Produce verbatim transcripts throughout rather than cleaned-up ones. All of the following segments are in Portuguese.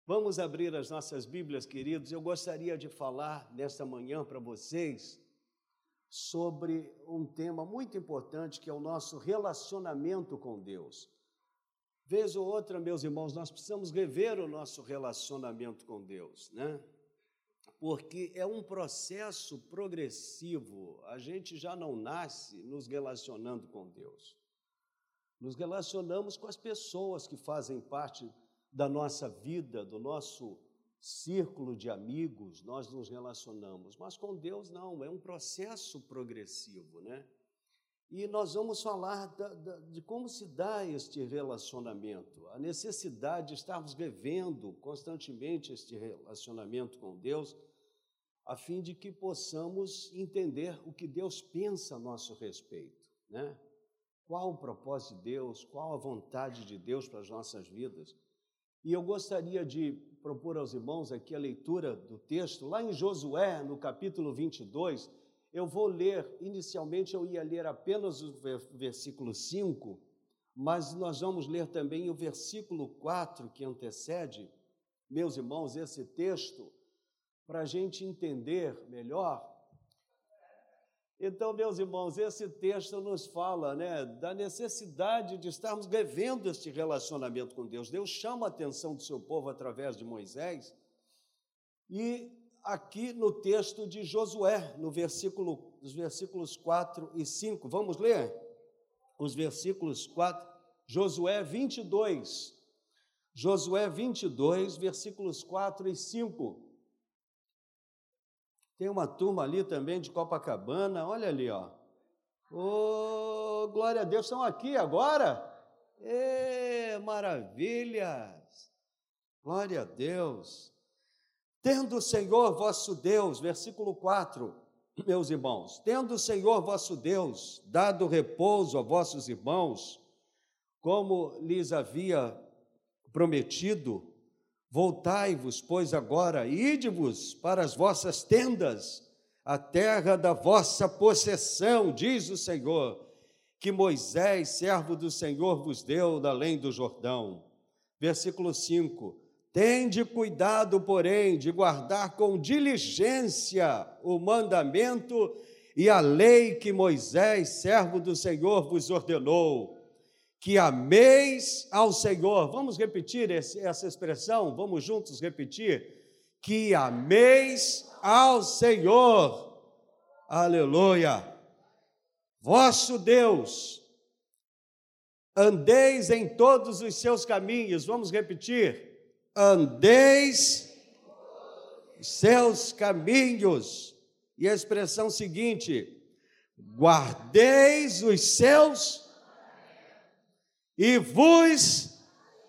Vamos abrir as nossas Bíblias, queridos. Eu gostaria de falar nesta manhã para vocês sobre um tema muito importante, que é o nosso relacionamento com Deus. Vez ou outra, meus irmãos, nós precisamos rever o nosso relacionamento com Deus, né? Porque é um processo progressivo. A gente já não nasce nos relacionando com Deus. Nos relacionamos com as pessoas que fazem parte da nossa vida, do nosso círculo de amigos, nós nos relacionamos, mas com Deus não, é um processo progressivo, né? E nós vamos falar da, da, de como se dá este relacionamento, a necessidade de estarmos revendo constantemente este relacionamento com Deus, a fim de que possamos entender o que Deus pensa a nosso respeito, né? Qual o propósito de Deus, qual a vontade de Deus para as nossas vidas. E eu gostaria de propor aos irmãos aqui a leitura do texto, lá em Josué, no capítulo vinte e dois, eu vou ler, inicialmente eu ia ler apenas o versículo cinco, mas nós vamos ler também o versículo quatro, que antecede, meus irmãos, esse texto, para a gente entender melhor. Então, meus irmãos, esse texto nos fala, né, da necessidade de estarmos revendo este relacionamento com Deus. Deus chama a atenção do seu povo através de Moisés, e aqui no texto de Josué, no versículo, nos versículos quatro e cinco, vamos ler os versículos quatro, Josué vinte e dois, Josué vinte e dois, versículos quatro e cinco. Tem uma turma ali também de Copacabana, olha ali, ó. Ô, glória a Deus, estão aqui agora? Ê, maravilhas! Glória a Deus! Tendo o Senhor vosso Deus, versículo quatro, meus irmãos, tendo o Senhor vosso Deus dado repouso a vossos irmãos, como lhes havia prometido, voltai-vos, pois agora, ide-vos para as vossas tendas, a terra da vossa possessão, diz o Senhor, que Moisés, servo do Senhor, vos deu da além do Jordão. Versículo cinco, tende cuidado, porém, de guardar com diligência o mandamento e a lei que Moisés, servo do Senhor, vos ordenou, que ameis ao Senhor. Vamos repetir esse, essa expressão? Vamos juntos repetir? Que ameis ao Senhor. Aleluia. Vosso Deus. Andeis em todos os seus caminhos. Vamos repetir? Andeis em seus caminhos. E a expressão seguinte: guardeis os seus e vos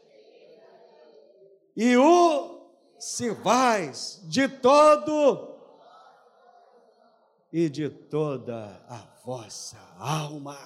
e o sirvais de todo e de toda a vossa alma.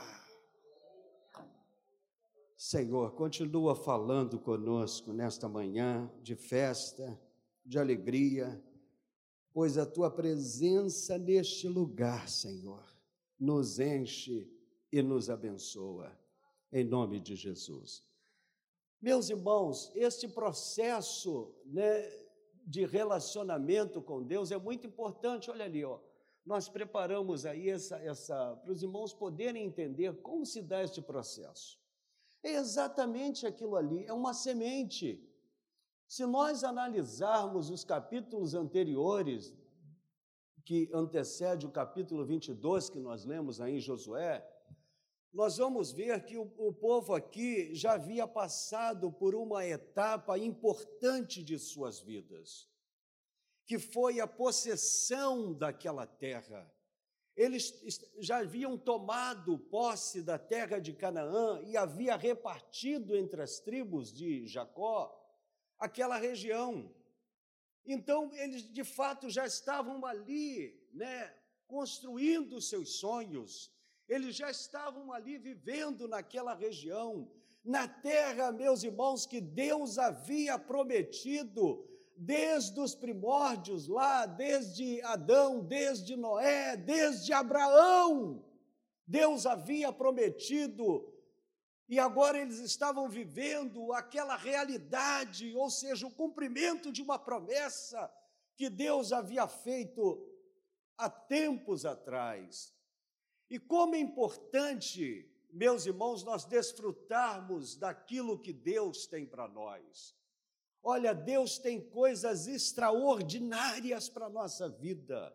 Senhor, continua falando conosco nesta manhã de festa, de alegria, pois a tua presença neste lugar, Senhor, nos enche e nos abençoa. Em nome de Jesus. Meus irmãos, este processo, né, de relacionamento com Deus é muito importante. Olha ali, ó, nós preparamos aí essa, essa, para os irmãos poderem entender como se dá este processo. É exatamente aquilo ali, é uma semente. Se nós analisarmos os capítulos anteriores, que antecede o capítulo vinte e dois, que nós lemos aí em Josué, nós vamos ver que o, o povo aqui já havia passado por uma etapa importante de suas vidas, que foi a possessão daquela terra. Eles já haviam tomado posse da terra de Canaã e havia repartido entre as tribos de Jacó aquela região. Então, eles de fato já estavam ali, né, construindo seus sonhos. Eles já estavam ali vivendo naquela região, na terra, meus irmãos, que Deus havia prometido desde os primórdios lá, desde Adão, desde Noé, desde Abraão. Deus havia prometido E agora eles estavam vivendo aquela realidade, ou seja, o cumprimento de uma promessa que Deus havia feito há tempos atrás. E como é importante, meus irmãos, nós desfrutarmos daquilo que Deus tem para nós. Olha, Deus tem coisas extraordinárias para a nossa vida.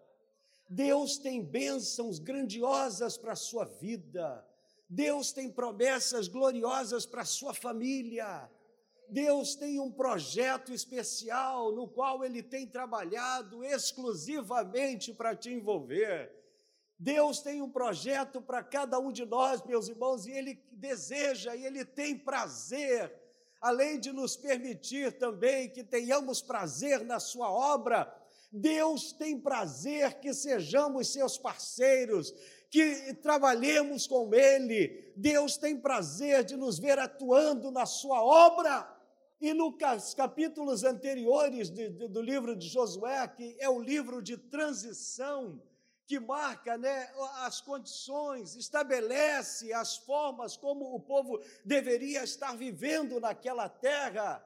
Deus tem bênçãos grandiosas para a sua vida. Deus tem promessas gloriosas para a sua família. Deus tem um projeto especial no qual Ele tem trabalhado exclusivamente para te envolver. Deus tem um projeto para cada um de nós, meus irmãos, e Ele deseja e Ele tem prazer, além de nos permitir também que tenhamos prazer na sua obra. Deus tem prazer que sejamos seus parceiros, que trabalhemos com Ele. Deus tem prazer de nos ver atuando na sua obra. E nos capítulos anteriores de, de, do livro de Josué, que é o livro de transição, que marca, né, as condições, estabelece as formas como o povo deveria estar vivendo naquela terra,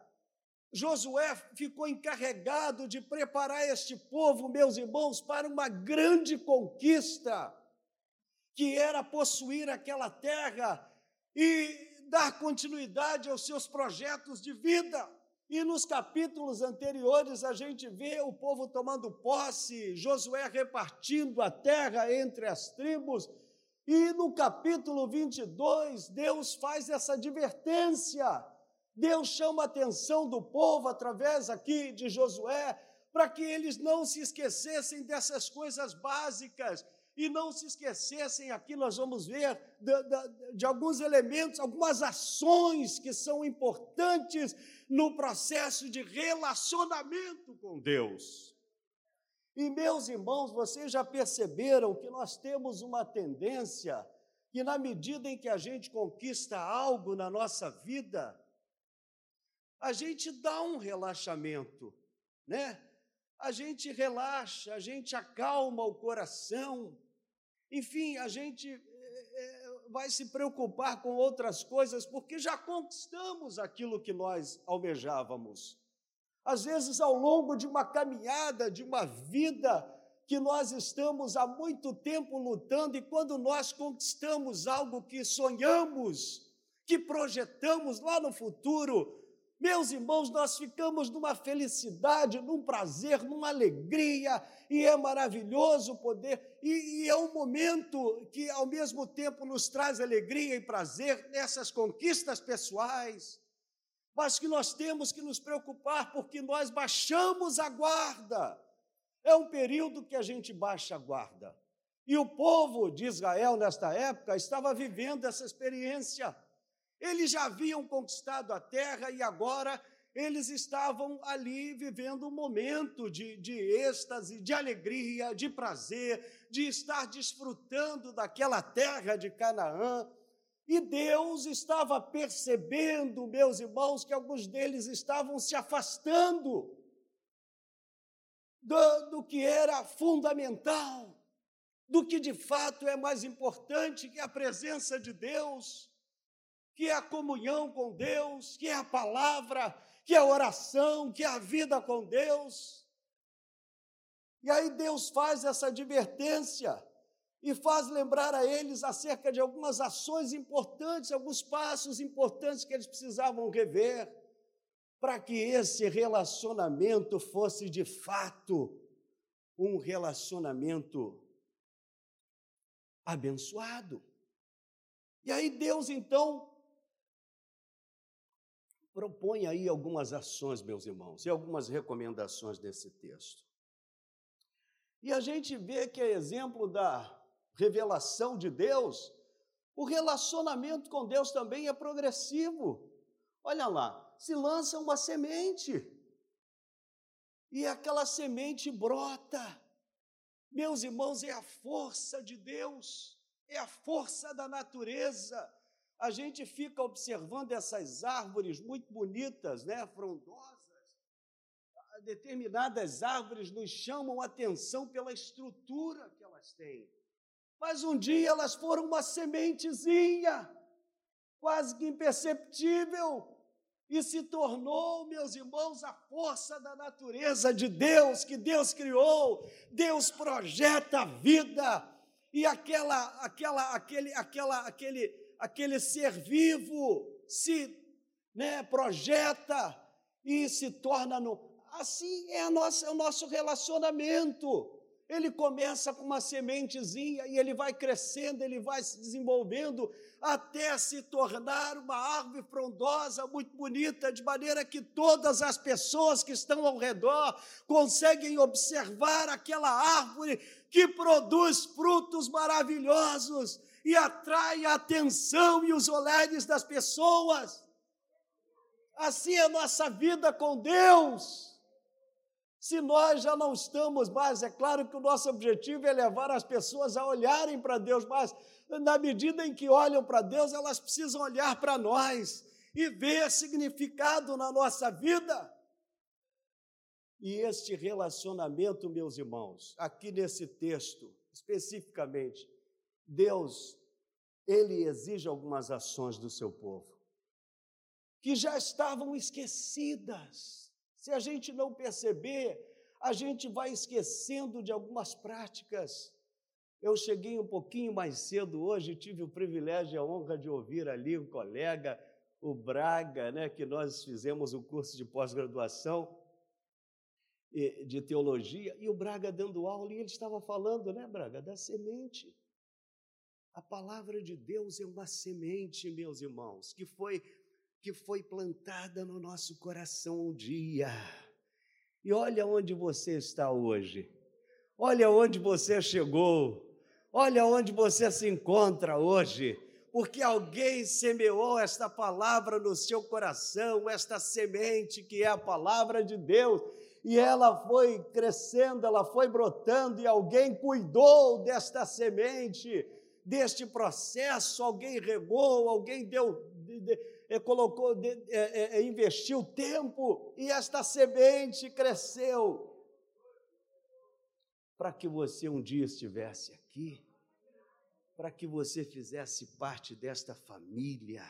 Josué ficou encarregado de preparar este povo, meus irmãos, para uma grande conquista, que era possuir aquela terra e dar continuidade aos seus projetos de vida. E nos capítulos anteriores a gente vê o povo tomando posse, Josué repartindo a terra entre as tribos, e no capítulo vinte e dois, Deus faz essa advertência. Deus chama a atenção do povo através aqui de Josué, para que eles não se esquecessem dessas coisas básicas, e não se esquecessem, aqui nós vamos ver, de, de, de alguns elementos, algumas ações que são importantes no processo de relacionamento com Deus. E, meus irmãos, vocês já perceberam que nós temos uma tendência que, na medida em que a gente conquista algo na nossa vida, a gente dá um relaxamento, né? A gente relaxa, a gente acalma o coração, enfim, a gente é, vai se preocupar com outras coisas, porque já conquistamos aquilo que nós almejávamos. Às vezes, ao longo de uma caminhada, de uma vida que nós estamos há muito tempo lutando, e quando nós conquistamos algo que sonhamos, que projetamos lá no futuro, meus irmãos, nós ficamos numa felicidade, num prazer, numa alegria, e é maravilhoso poder, e, e é um momento que, ao mesmo tempo, nos traz alegria e prazer nessas conquistas pessoais, mas que nós temos que nos preocupar, porque nós baixamos a guarda. É um período que a gente baixa a guarda. E o povo de Israel, nesta época, estava vivendo essa experiência. Eles já haviam conquistado a terra e agora eles estavam ali vivendo um momento de, de êxtase, de alegria, de prazer, de estar desfrutando daquela terra de Canaã. E Deus estava percebendo, meus irmãos, que alguns deles estavam se afastando do, do que era fundamental, do que de fato é mais importante, que é a presença de Deus, que é a comunhão com Deus, que é a palavra, que é a oração, que é a vida com Deus. E aí Deus faz essa advertência e faz lembrar a eles acerca de algumas ações importantes, alguns passos importantes que eles precisavam rever para que esse relacionamento fosse de fato um relacionamento abençoado. E aí Deus, então, propõe aí algumas ações, meus irmãos, e algumas recomendações desse texto. E a gente vê que, é exemplo da revelação de Deus, o relacionamento com Deus também é progressivo. Olha lá, se lança uma semente, e aquela semente brota. Meus irmãos, é a força de Deus, é a força da natureza. A gente fica observando essas árvores muito bonitas, né, frondosas. Determinadas árvores nos chamam a atenção pela estrutura que elas têm. Mas um dia elas foram uma sementezinha. quase que imperceptível, e se tornou, meus irmãos, a força da natureza de Deus, que Deus criou. Deus projeta a vida, e aquela, aquela, aquele, aquela, aquele, aquele ser vivo se, né, projeta e se torna no... Assim é, a nossa, é o nosso relacionamento. Ele começa com uma sementezinha e ele vai crescendo, ele vai se desenvolvendo até se tornar uma árvore frondosa, muito bonita, de maneira que todas as pessoas que estão ao redor conseguem observar aquela árvore que produz frutos maravilhosos e atrai a atenção e os olhares das pessoas. Assim é a nossa vida com Deus. Se nós já não estamos mais, é claro que o nosso objetivo é levar as pessoas a olharem para Deus, mas na medida em que olham para Deus, elas precisam olhar para nós e ver significado na nossa vida. E este relacionamento, meus irmãos, aqui nesse texto, especificamente, Deus, Ele exige algumas ações do seu povo, que já estavam esquecidas. Se a gente não perceber, a gente vai esquecendo de algumas práticas. Eu cheguei um pouquinho mais cedo hoje, tive o privilégio e a honra de ouvir ali um colega, o Braga, né, que nós fizemos um curso de pós-graduação de teologia, e o Braga dando aula, e ele estava falando, né, Braga, da semente. A palavra de Deus é uma semente, meus irmãos, que foi... que foi plantada no nosso coração um dia. E olha onde você está hoje. Olha onde você chegou. Olha onde você se encontra hoje. Porque alguém semeou esta palavra no seu coração, esta semente que é a palavra de Deus, e ela foi crescendo, ela foi brotando, e alguém cuidou desta semente, deste processo, alguém regou, alguém deu... colocou, é, é, investiu tempo, e esta semente cresceu, para que você um dia estivesse aqui, para que você fizesse parte desta família,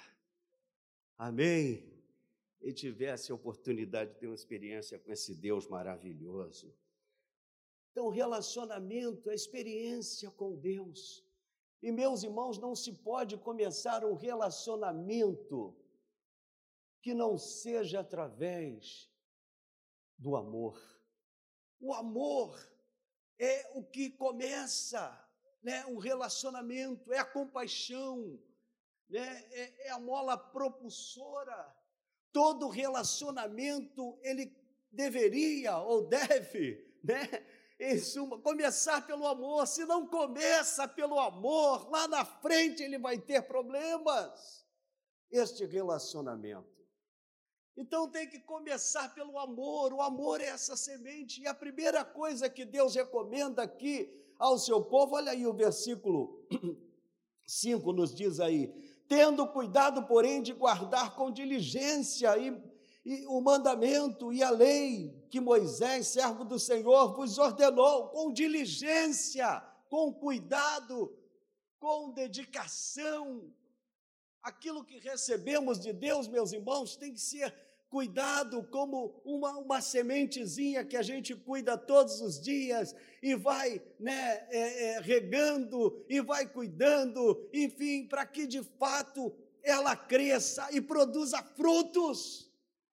amém? E tivesse a oportunidade de ter uma experiência com esse Deus maravilhoso. Então, relacionamento é experiência com Deus. E, meus irmãos, não se pode começar um relacionamento que não seja através do amor. O amor é o que começa, né, um relacionamento, é a compaixão, né, é, é a mola propulsora. Todo relacionamento, ele deveria ou deve, né, em suma, começar pelo amor. Se não começa pelo amor, lá na frente ele vai ter problemas, este relacionamento. Então tem que começar pelo amor. O amor é essa semente, e a primeira coisa que Deus recomenda aqui ao seu povo, olha aí o versículo cinco nos diz aí: tendo cuidado, porém, de guardar com diligência e, e o mandamento e a lei que Moisés, servo do Senhor, vos ordenou, com diligência, com cuidado, com dedicação. Aquilo que recebemos de Deus, meus irmãos, tem que ser cuidado como uma, uma sementezinha que a gente cuida todos os dias e vai, né, é, é, regando e vai cuidando, enfim, para que de fato ela cresça e produza frutos.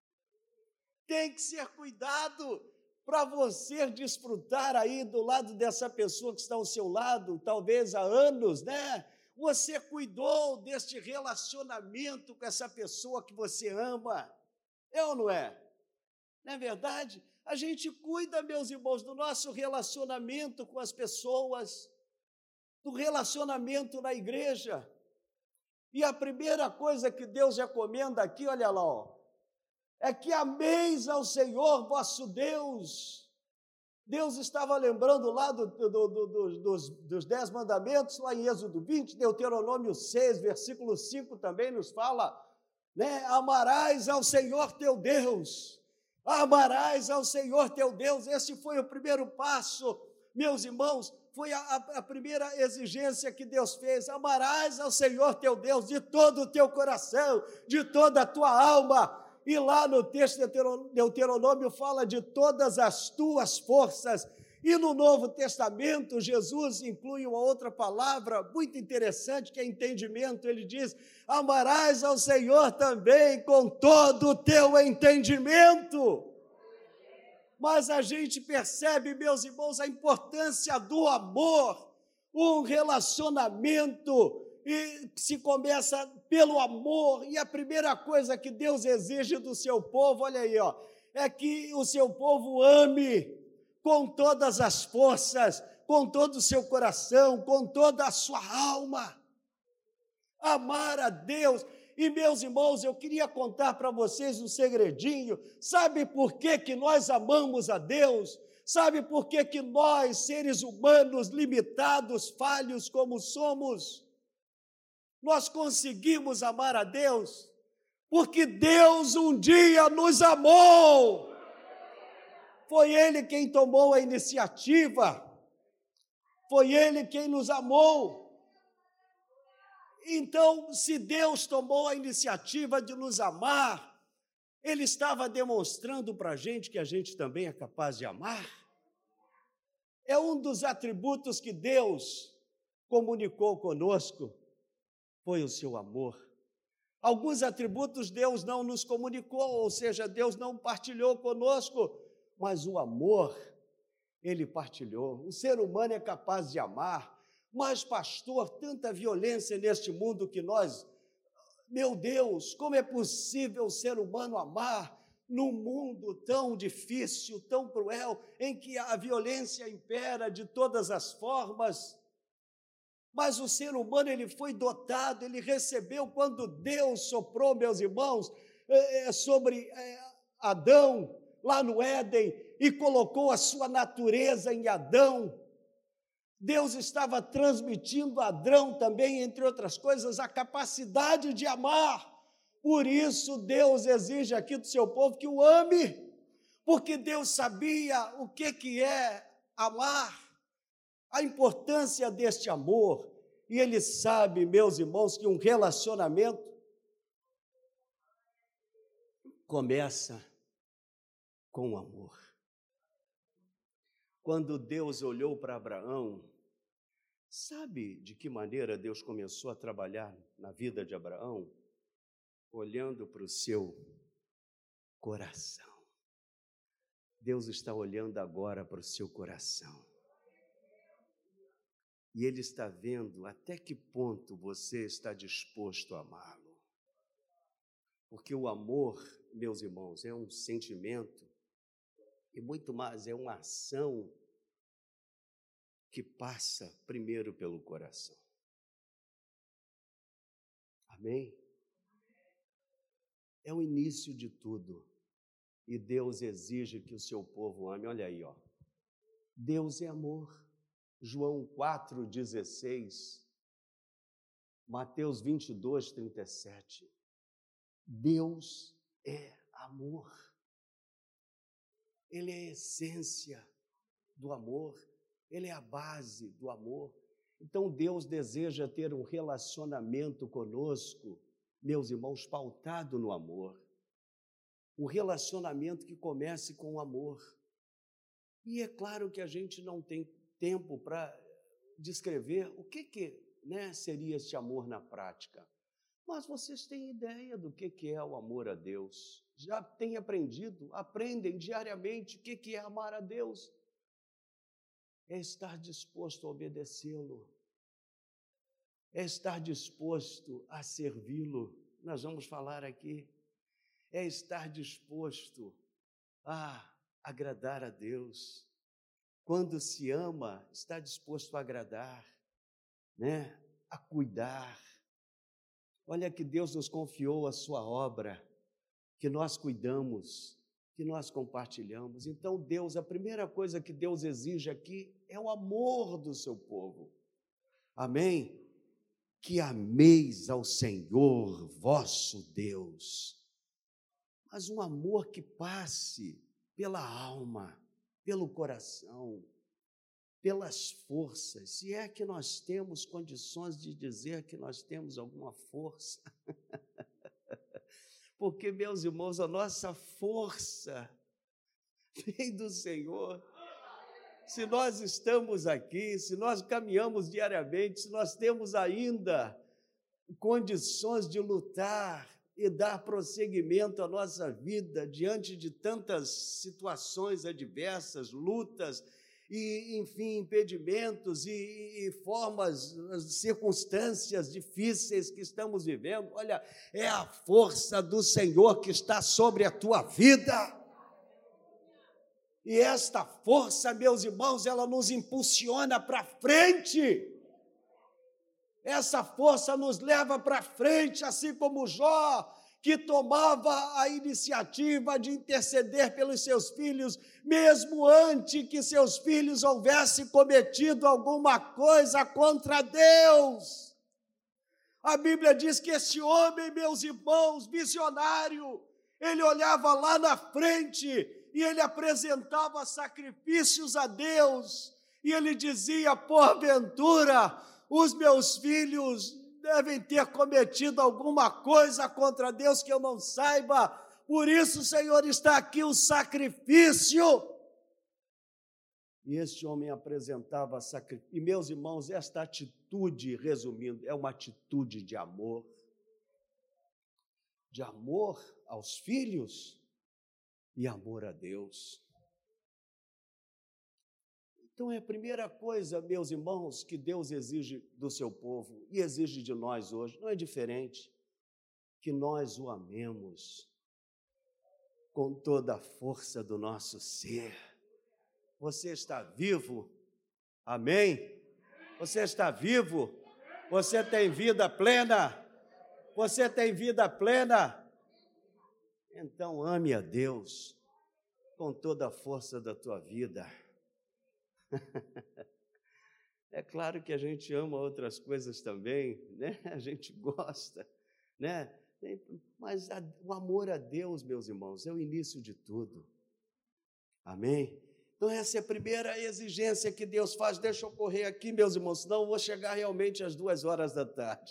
Tem que ser cuidado para você desfrutar aí do lado dessa pessoa que está ao seu lado, talvez há anos, né? Você cuidou deste relacionamento com essa pessoa que você ama, é ou não é? Não é verdade? A gente cuida, meus irmãos, do nosso relacionamento com as pessoas, do relacionamento na igreja. E a primeira coisa que Deus recomenda aqui, olha lá, ó, é que ameis ao Senhor vosso Deus. Deus estava lembrando lá do, do, do, do, dos, dos dez mandamentos, lá em Êxodo vinte, Deuteronômio seis, versículo cinco também nos fala, né? Amarás ao Senhor teu Deus, amarás ao Senhor teu Deus. Esse foi o primeiro passo, meus irmãos, foi a, a primeira exigência que Deus fez: amarás ao Senhor teu Deus de todo o teu coração, de toda a tua alma. E lá no texto de Deuteronômio fala de todas as tuas forças. E no Novo Testamento, Jesus inclui uma outra palavra muito interessante, que é entendimento. Ele diz: amarás ao Senhor também com todo o teu entendimento. Mas a gente percebe, meus irmãos, a importância do amor, um relacionamento e se começa pelo amor, e a primeira coisa que Deus exige do seu povo, olha aí, ó, é que o seu povo ame com todas as forças, com todo o seu coração, com toda a sua alma. Amar a Deus. E, meus irmãos, eu queria contar para vocês um segredinho. Sabe por que que nós amamos a Deus? Sabe por que que nós, seres humanos limitados, falhos como somos, nós conseguimos amar a Deus? Porque Deus um dia nos amou. Foi Ele quem tomou a iniciativa. Foi Ele quem nos amou. Então, se Deus tomou a iniciativa de nos amar, Ele estava demonstrando para a gente que a gente também é capaz de amar. É um dos atributos que Deus comunicou conosco, foi o seu amor. Alguns atributos Deus não nos comunicou, ou seja, Deus não partilhou conosco, mas o amor, Ele partilhou. O ser humano é capaz de amar. Mas, pastor, tanta violência neste mundo que nós... Meu Deus, como é possível o ser humano amar num mundo tão difícil, tão cruel, em que a violência impera de todas as formas? Mas o ser humano, ele foi dotado, ele recebeu, quando Deus soprou, meus irmãos, sobre Adão, lá no Éden, e colocou a sua natureza em Adão. Deus estava transmitindo a Adão também, entre outras coisas, a capacidade de amar. Por isso, Deus exige aqui do seu povo que o ame, porque Deus sabia o que, que é amar, a importância deste amor, e Ele sabe, meus irmãos, que um relacionamento começa com amor. Quando Deus olhou para Abraão, sabe de que maneira Deus começou a trabalhar na vida de Abraão? Olhando para o seu coração. Deus está olhando agora para o seu coração. E Ele está vendo até que ponto você está disposto a amá-lo. Porque o amor, meus irmãos, é um sentimento, e muito mais, é uma ação que passa primeiro pelo coração. Amém? É o início de tudo. E Deus exige que o seu povo ame. Olha aí, ó. Deus é amor. João quatro, dezesseis. Mateus vinte e dois, trinta e sete. Deus é amor. Ele é a essência do amor. Ele é a base do amor. Então, Deus deseja ter um relacionamento conosco, meus irmãos, pautado no amor. Um relacionamento que comece com o amor. E é claro que a gente não tem tempo para descrever o que, que né, seria esse amor na prática. Mas vocês têm ideia do que, que é o amor a Deus. Já têm aprendido, aprendem diariamente o que, que é amar a Deus. É estar disposto a obedecê-lo, é estar disposto a servi-lo. Nós vamos falar aqui, é estar disposto a agradar a Deus. Quando se ama, está disposto a agradar, né? A cuidar. Olha que Deus nos confiou a sua obra, que nós cuidamos, que nós compartilhamos. Então, Deus, a primeira coisa que Deus exige aqui é o amor do seu povo. Amém? Que ameis ao Senhor, vosso Deus. Mas um amor que passe pela alma, pelo coração. pelas forças, se é que nós temos condições de dizer que nós temos alguma força. Porque, meus irmãos, a nossa força vem do Senhor. Se nós estamos aqui, se nós caminhamos diariamente, se nós temos ainda condições de lutar e dar prosseguimento à nossa vida diante de tantas situações adversas, lutas e, enfim, impedimentos e, e formas, circunstâncias difíceis que estamos vivendo, olha, é a força do Senhor que está sobre a tua vida. E esta força, meus irmãos, ela nos impulsiona para frente. Essa força nos leva para frente, assim como Jó, que tomava a iniciativa de interceder pelos seus filhos, mesmo antes que seus filhos houvessem cometido alguma coisa contra Deus. A Bíblia diz que esse homem, meus irmãos, visionário, ele olhava lá na frente e ele apresentava sacrifícios a Deus, e ele dizia, porventura, os meus filhos devem ter cometido alguma coisa contra Deus que eu não saiba, por isso, Senhor, está aqui o sacrifício. E este homem apresentava sacrifício. E, meus irmãos, esta atitude, resumindo, é uma atitude de amor. De amor aos filhos e amor a Deus. Então, é a primeira coisa, meus irmãos, que Deus exige do seu povo e exige de nós hoje, não é diferente, que nós o amemos com toda a força do nosso ser. Você está vivo? Amém? Você está vivo? Você tem vida plena? Você tem vida plena? Então, ame a Deus com toda a força da tua vida. É claro que a gente ama outras coisas também, né? A gente gosta, né? Mas a, o amor a Deus, meus irmãos, é o início de tudo. Amém? Então essa é a primeira exigência que Deus faz. Deixa eu correr aqui, meus irmãos, senão eu vou chegar realmente às duas horas da tarde.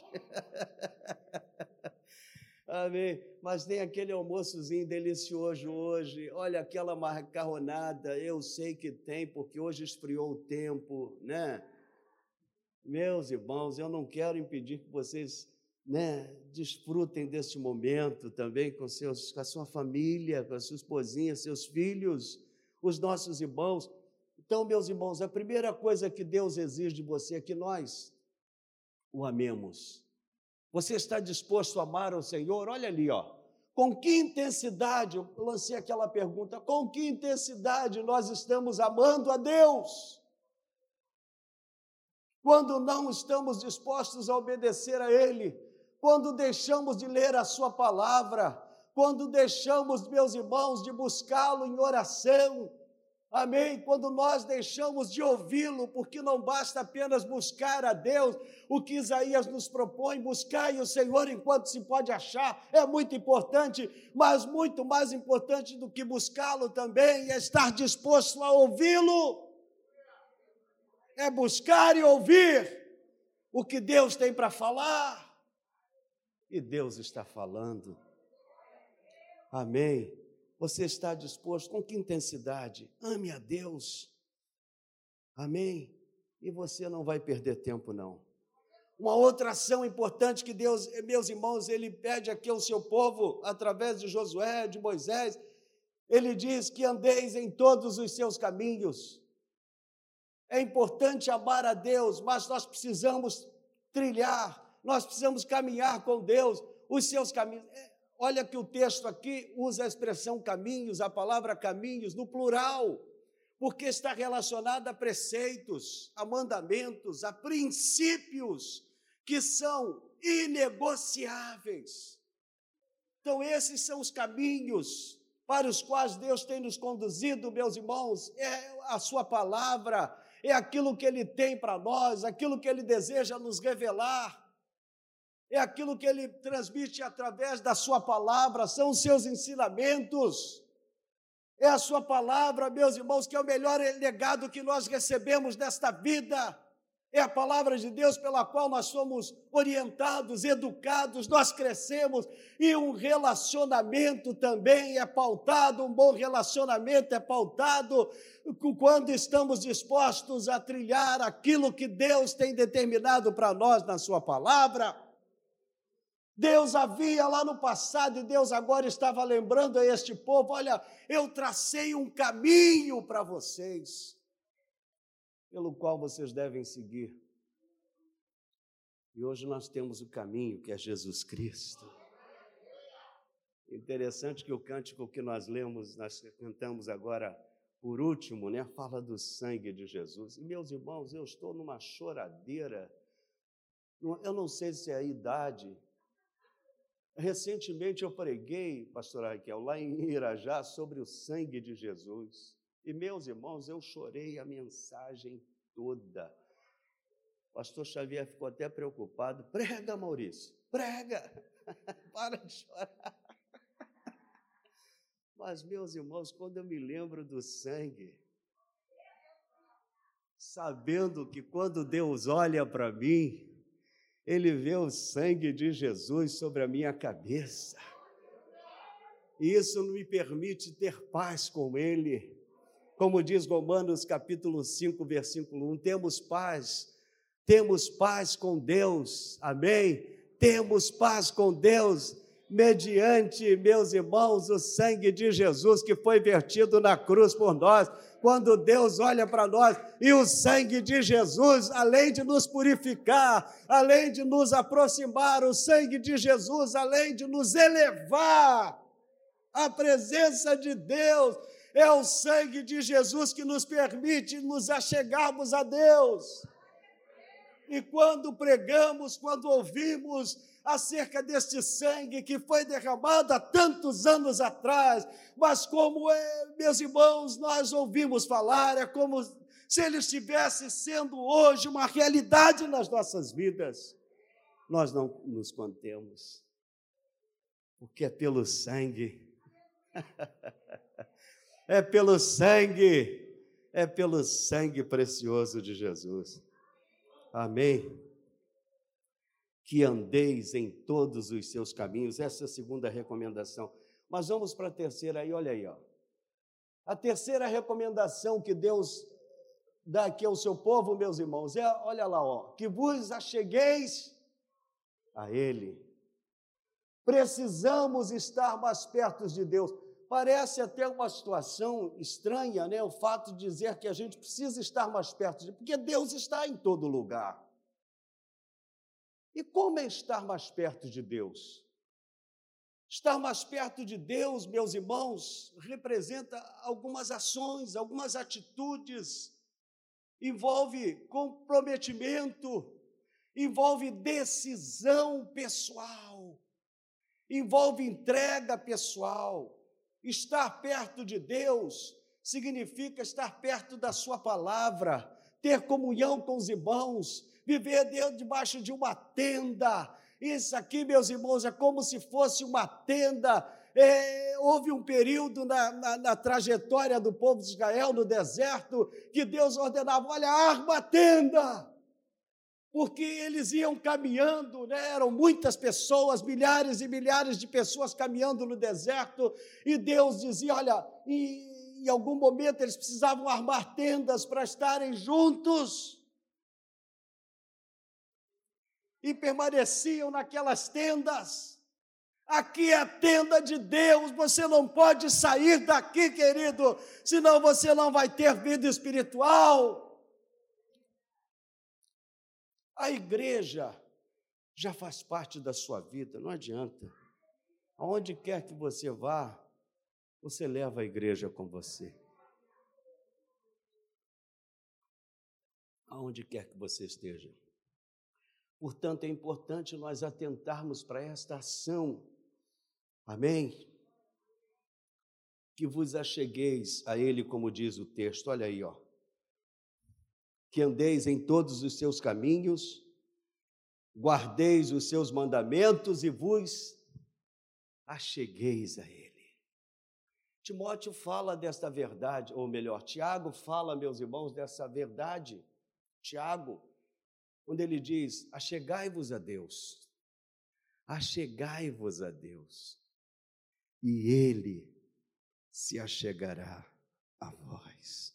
Amém? Mas tem aquele almoçozinho delicioso hoje, olha aquela macarronada, eu sei que tem, porque hoje esfriou o tempo, né? Meus irmãos, eu não quero impedir que vocês, né, desfrutem deste momento também com, seus, com a sua família, com a sua esposinha, seus filhos, os nossos irmãos. Então, meus irmãos, a primeira coisa que Deus exige de você é que nós o amemos. Você está disposto a amar o Senhor? Olha ali, ó. Com que intensidade, eu lancei aquela pergunta, com que intensidade nós estamos amando a Deus? Quando não estamos dispostos a obedecer a Ele, quando deixamos de ler a sua palavra, quando deixamos, meus irmãos, de buscá-lo em oração, amém? Quando nós deixamos de ouvi-lo, porque não basta apenas buscar a Deus, o que Isaías nos propõe, buscar o Senhor enquanto se pode achar, é muito importante, mas muito mais importante do que buscá-lo também é estar disposto a ouvi-lo, é buscar e ouvir o que Deus tem para falar, e Deus está falando, amém? Você está disposto? Com que intensidade? Ame a Deus. Amém? E você não vai perder tempo, não. Uma outra ação importante que Deus, meus irmãos, Ele pede aqui ao seu povo, através de Josué, de Moisés, Ele diz que andeis em todos os seus caminhos. É importante amar a Deus, mas nós precisamos trilhar, nós precisamos caminhar com Deus, os seus caminhos. Olha que o texto aqui usa a expressão caminhos, a palavra caminhos, no plural, porque está relacionada a preceitos, a mandamentos, a princípios que são inegociáveis. Então, esses são os caminhos para os quais Deus tem nos conduzido, meus irmãos, é a sua palavra, é aquilo que Ele tem para nós, aquilo que Ele deseja nos revelar. É aquilo que Ele transmite através da sua palavra, são os seus ensinamentos. É a sua palavra, meus irmãos, que é o melhor legado que nós recebemos nesta vida. É a palavra de Deus pela qual nós somos orientados, educados, nós crescemos, e um relacionamento também é pautado, um bom relacionamento é pautado quando estamos dispostos a trilhar aquilo que Deus tem determinado para nós na sua palavra. Deus havia lá no passado e Deus agora estava lembrando a este povo: olha, eu tracei um caminho para vocês, pelo qual vocês devem seguir. E hoje nós temos o caminho, que é Jesus Cristo. Interessante que o cântico que nós lemos, nós cantamos agora por último, né, fala do sangue de Jesus. E, meus irmãos, eu estou numa choradeira, eu não sei se é a idade. Recentemente eu preguei, pastor Raquel, lá em Irajá, sobre o sangue de Jesus. E, meus irmãos, eu chorei a mensagem toda. O pastor Xavier ficou até preocupado. Prega, Maurício, prega. Para de chorar. Mas, meus irmãos, quando eu me lembro do sangue, sabendo que quando Deus olha para mim, Ele vê o sangue de Jesus sobre a minha cabeça. E isso me permite ter paz com Ele. Como diz Romanos capítulo cinco, versículo um, temos paz, temos paz com Deus, amém? Temos paz com Deus, mediante, meus irmãos, o sangue de Jesus que foi vertido na cruz por nós. Quando Deus olha para nós, e o sangue de Jesus, além de nos purificar, além de nos aproximar, o sangue de Jesus, além de nos elevar à presença de Deus, é o sangue de Jesus que nos permite nos achegarmos a Deus. E quando pregamos, quando ouvimos acerca deste sangue que foi derramado há tantos anos atrás, mas como, é, meus irmãos, nós ouvimos falar, é como se ele estivesse sendo hoje uma realidade nas nossas vidas. Nós não nos contemos, porque é pelo sangue, é pelo sangue, é pelo sangue precioso de Jesus. Amém? Que andeis em todos os seus caminhos. Essa é a segunda recomendação. Mas vamos para a terceira aí, olha aí, ó. A terceira recomendação que Deus dá aqui ao seu povo, meus irmãos, é, olha lá, ó, que vos achegueis a Ele. Precisamos estar mais perto de Deus. Parece até uma situação estranha, né? O fato de dizer que a gente precisa estar mais perto de Deus, porque Deus está em todo lugar. E como é estar mais perto de Deus? Estar mais perto de Deus, meus irmãos, representa algumas ações, algumas atitudes, envolve comprometimento, envolve decisão pessoal, envolve entrega pessoal. Estar perto de Deus significa estar perto da sua palavra, ter comunhão com os irmãos, viver dentro, debaixo de uma tenda. Isso aqui, meus irmãos, é como se fosse uma tenda. É, houve um período na, na, na trajetória do povo de Israel, no deserto, que Deus ordenava: olha, arma a tenda, porque eles iam caminhando, né? Eram muitas pessoas, milhares e milhares de pessoas caminhando no deserto, e Deus dizia: olha, em, em algum momento eles precisavam armar tendas para estarem juntos, e permaneciam naquelas tendas. Aqui é a tenda de Deus, você não pode sair daqui, querido, senão você não vai ter vida espiritual. A igreja já faz parte da sua vida, não adianta. Aonde quer que você vá, você leva a igreja com você. Aonde quer que você esteja. Portanto, é importante nós atentarmos para esta ação, amém? Que vos achegueis a Ele, como diz o texto, olha aí, ó. Que andeis em todos os seus caminhos, guardeis os seus mandamentos e vos achegueis a Ele. Timóteo fala desta verdade, ou melhor, Tiago fala, meus irmãos, dessa verdade. Tiago, quando ele diz: achegai-vos a Deus, achegai-vos a Deus, e Ele se achegará a vós.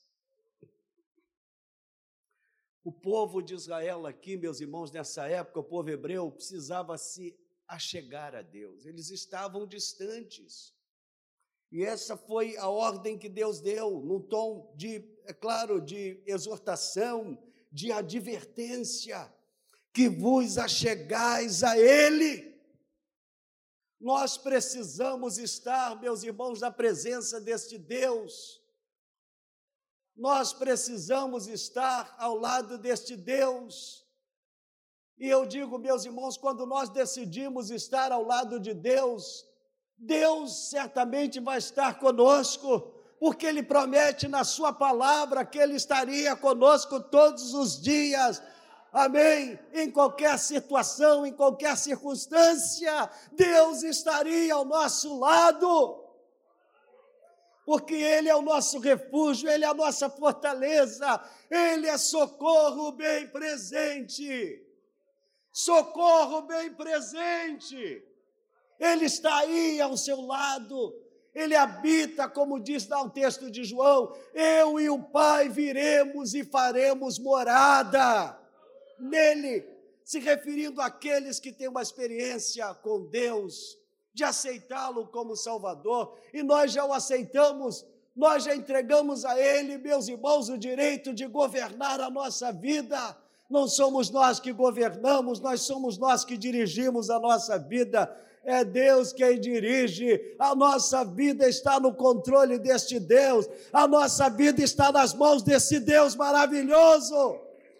O povo de Israel aqui, meus irmãos, nessa época, o povo hebreu precisava se achegar a Deus. Eles estavam distantes. E essa foi a ordem que Deus deu, num tom de, é claro, de exortação, de advertência, que vos achegais a Ele. Nós precisamos estar, meus irmãos, na presença deste Deus. Nós precisamos estar ao lado deste Deus. E eu digo, meus irmãos, quando nós decidimos estar ao lado de Deus, Deus certamente vai estar conosco, porque Ele promete na sua palavra que Ele estaria conosco todos os dias. Amém? Em qualquer situação, em qualquer circunstância, Deus estaria ao nosso lado, porque Ele é o nosso refúgio, Ele é a nossa fortaleza, Ele é socorro bem presente, socorro bem presente. Ele está aí ao seu lado, Ele habita, como diz lá o texto de João, eu e o Pai viremos e faremos morada nele, se referindo àqueles que têm uma experiência com Deus, de aceitá-lo como Salvador, e nós já o aceitamos, nós já entregamos a Ele, meus irmãos, o direito de governar a nossa vida. Não somos nós que governamos, nós somos nós que dirigimos a nossa vida. É Deus quem dirige, a nossa vida está no controle deste Deus, a nossa vida está nas mãos desse Deus maravilhoso.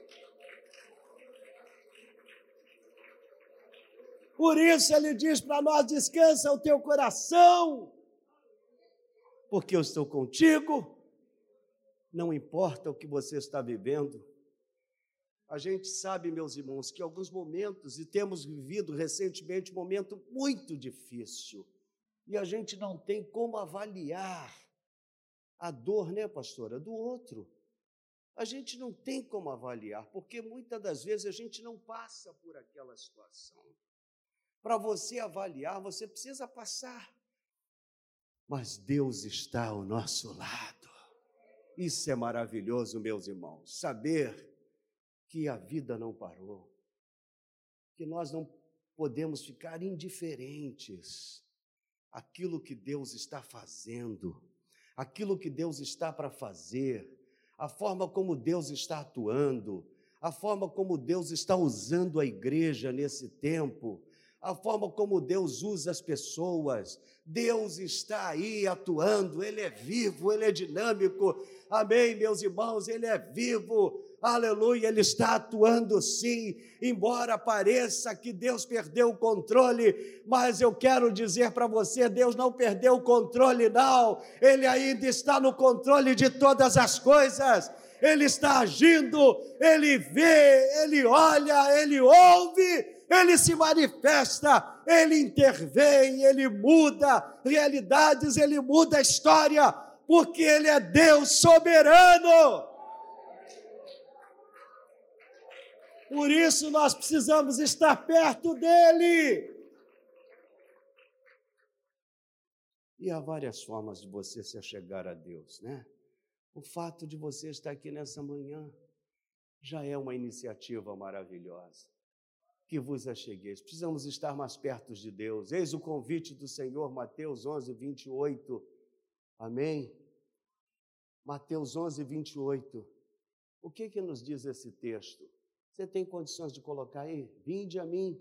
Por isso Ele diz para nós: descansa o teu coração, porque eu estou contigo, não importa o que você está vivendo. A gente sabe, meus irmãos, que em alguns momentos, e temos vivido recentemente um momento muito difícil, e a gente não tem como avaliar a dor, né, pastora, do outro. A gente não tem como avaliar, porque muitas das vezes a gente não passa por aquela situação. Para você avaliar, você precisa passar. Mas Deus está ao nosso lado. Isso é maravilhoso, meus irmãos, saber que a vida não parou, que nós não podemos ficar indiferentes àquilo que Deus está fazendo, aquilo que Deus está para fazer, a forma como Deus está atuando, a forma como Deus está usando a igreja nesse tempo, a forma como Deus usa as pessoas. Deus está aí atuando, Ele é vivo, Ele é dinâmico, amém, meus irmãos, Ele é vivo, aleluia, Ele está atuando sim, embora pareça que Deus perdeu o controle, mas eu quero dizer para você, Deus não perdeu o controle não, Ele ainda está no controle de todas as coisas, Ele está agindo, Ele vê, Ele olha, Ele ouve, Ele se manifesta, Ele intervém, Ele muda realidades, Ele muda a história, porque Ele é Deus soberano. Por isso nós precisamos estar perto dEle. E há várias formas de você se achegar a Deus, né? O fato de você estar aqui nessa manhã já é uma iniciativa maravilhosa. Que vos achegueis. Precisamos estar mais perto de Deus. Eis o convite do Senhor, Mateus onze, vinte e oito. Amém? Mateus onze, vinte e oito. O que que nos diz esse texto? Você tem condições de colocar aí? Vinde a mim.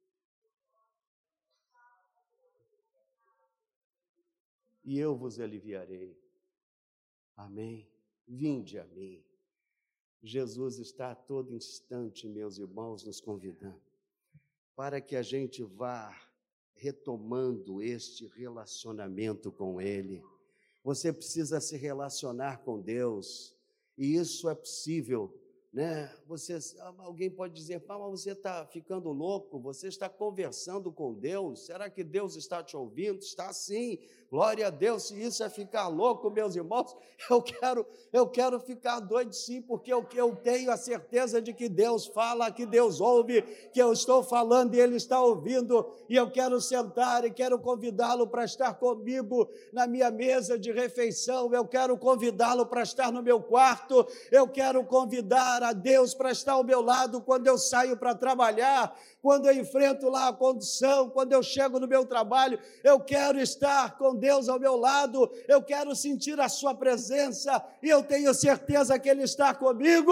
E eu vos aliviarei. Amém? Vinde a mim. Jesus está a todo instante, meus irmãos, nos convidando, para que a gente vá retomando este relacionamento com Ele. Você precisa se relacionar com Deus, e isso é possível né? Você, alguém pode dizer, mas você está ficando louco, você está conversando com Deus, será que Deus está te ouvindo? Está sim, glória a Deus. Se isso é ficar louco, meus irmãos, eu quero, eu quero ficar doido sim, porque eu, eu tenho a certeza de que Deus fala, que Deus ouve, que eu estou falando e Ele está ouvindo, e eu quero sentar e quero convidá-lo para estar comigo na minha mesa de refeição, eu quero convidá-lo para estar no meu quarto, eu quero convidar a Deus para estar ao meu lado quando eu saio para trabalhar, quando eu enfrento lá a condução, quando eu chego no meu trabalho, eu quero estar com Deus ao meu lado, eu quero sentir a sua presença, e eu tenho certeza que Ele está comigo.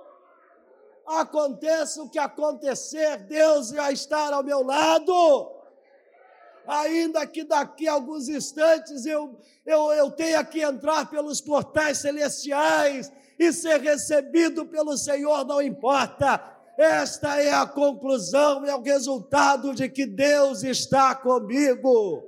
Aconteça o que acontecer, Deus vai estar ao meu lado. Ainda que daqui a alguns instantes eu, eu, eu tenha que entrar pelos portais celestiais e ser recebido pelo Senhor, não importa. Esta é a conclusão, é o resultado de que Deus está comigo.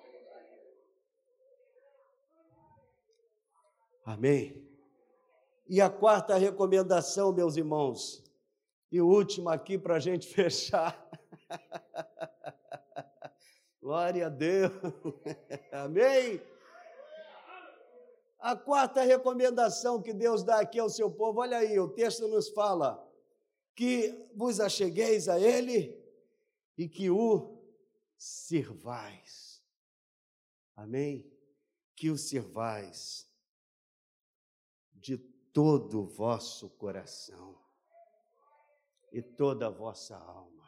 Amém? E a quarta recomendação, meus irmãos, e última aqui para a gente fechar. Glória a Deus. Amém? A quarta recomendação que Deus dá aqui ao seu povo, olha aí, o texto nos fala que vos achegueis a Ele e que o sirvais. Amém? Que o sirvais de todo o vosso coração e toda a vossa alma.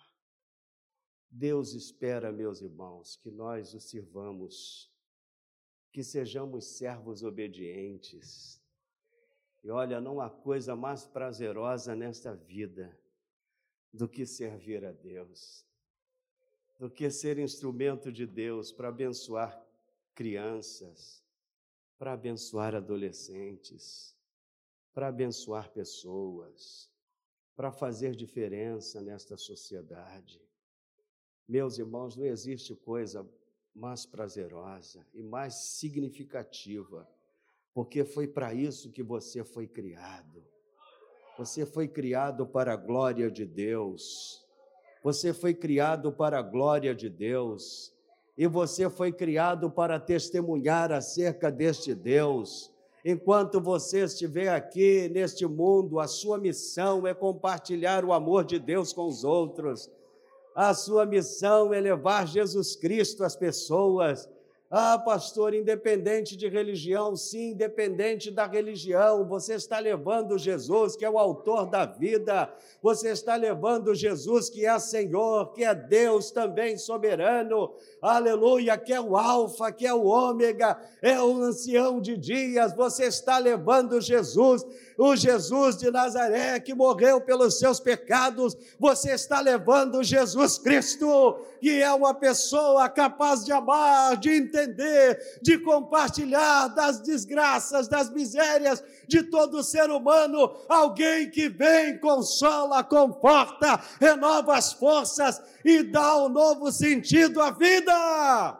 Deus espera, meus irmãos, que nós o sirvamos, que sejamos servos obedientes. E olha, não há coisa mais prazerosa nesta vida do que servir a Deus, do que ser instrumento de Deus para abençoar crianças, para abençoar adolescentes, para abençoar pessoas, para fazer diferença nesta sociedade. Meus irmãos, não existe coisa mais prazerosa e mais significativa, porque foi para isso que você foi criado. Você foi criado para a glória de Deus. Você foi criado para a glória de Deus. E você foi criado para testemunhar acerca deste Deus. Enquanto você estiver aqui neste mundo, a sua missão é compartilhar o amor de Deus com os outros. A sua missão é levar Jesus Cristo às pessoas. Ah, pastor, independente de religião, sim, independente da religião, você está levando Jesus, que é o autor da vida, você está levando Jesus, que é Senhor, que é Deus também soberano, aleluia, que é o alfa, que é o ômega, é o ancião de dias, você está levando Jesus, o Jesus de Nazaré, que morreu pelos seus pecados, você está levando Jesus Cristo, que é uma pessoa capaz de amar, de entender, de compartilhar das desgraças, das misérias de todo ser humano, alguém que vem, consola, conforta, renova as forças e dá um novo sentido à vida.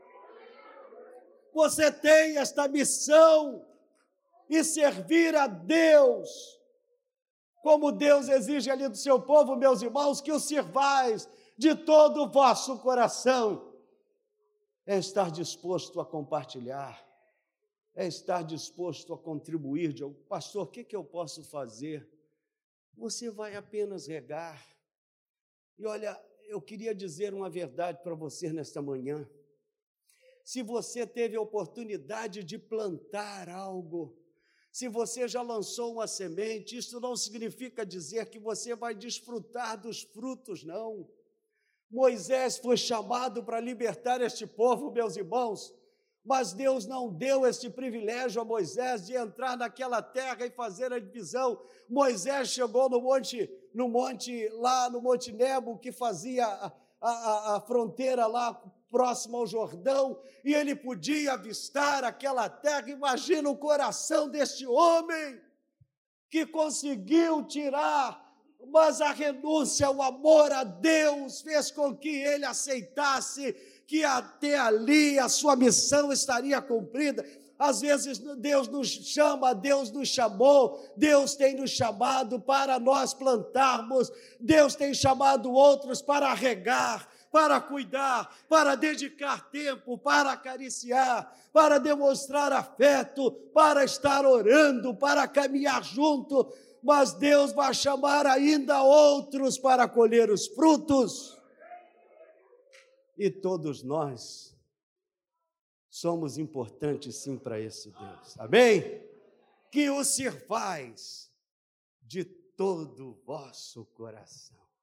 Você tem esta missão e servir a Deus, como Deus exige ali do seu povo, meus irmãos, que o sirvais de todo o vosso coração, é estar disposto a compartilhar, é estar disposto a contribuir. De algum pastor, o que, que eu posso fazer? Você vai apenas regar. E olha, eu queria dizer uma verdade para você nesta manhã. Se você teve a oportunidade de plantar algo, se você já lançou uma semente, isso não significa dizer que você vai desfrutar dos frutos, não. Moisés foi chamado para libertar este povo, meus irmãos, mas Deus não deu este privilégio a Moisés de entrar naquela terra e fazer a divisão. Moisés chegou no monte, no monte lá no Monte Nebo, que fazia a, a, a fronteira lá próximo ao Jordão, e ele podia avistar aquela terra. Imagina o coração deste homem que conseguiu tirar, mas a renúncia, o amor a Deus fez com que ele aceitasse que até ali a sua missão estaria cumprida. às vezes Deus nos chama, Deus nos chamou, Deus tem nos chamado para nós plantarmos, Deus tem chamado outros para regar, para cuidar, para dedicar tempo, para acariciar, para demonstrar afeto, para estar orando, para caminhar junto, mas Deus vai chamar ainda outros para colher os frutos. E todos nós somos importantes sim para esse Deus, amém? Que o sirvais de todo o vosso coração.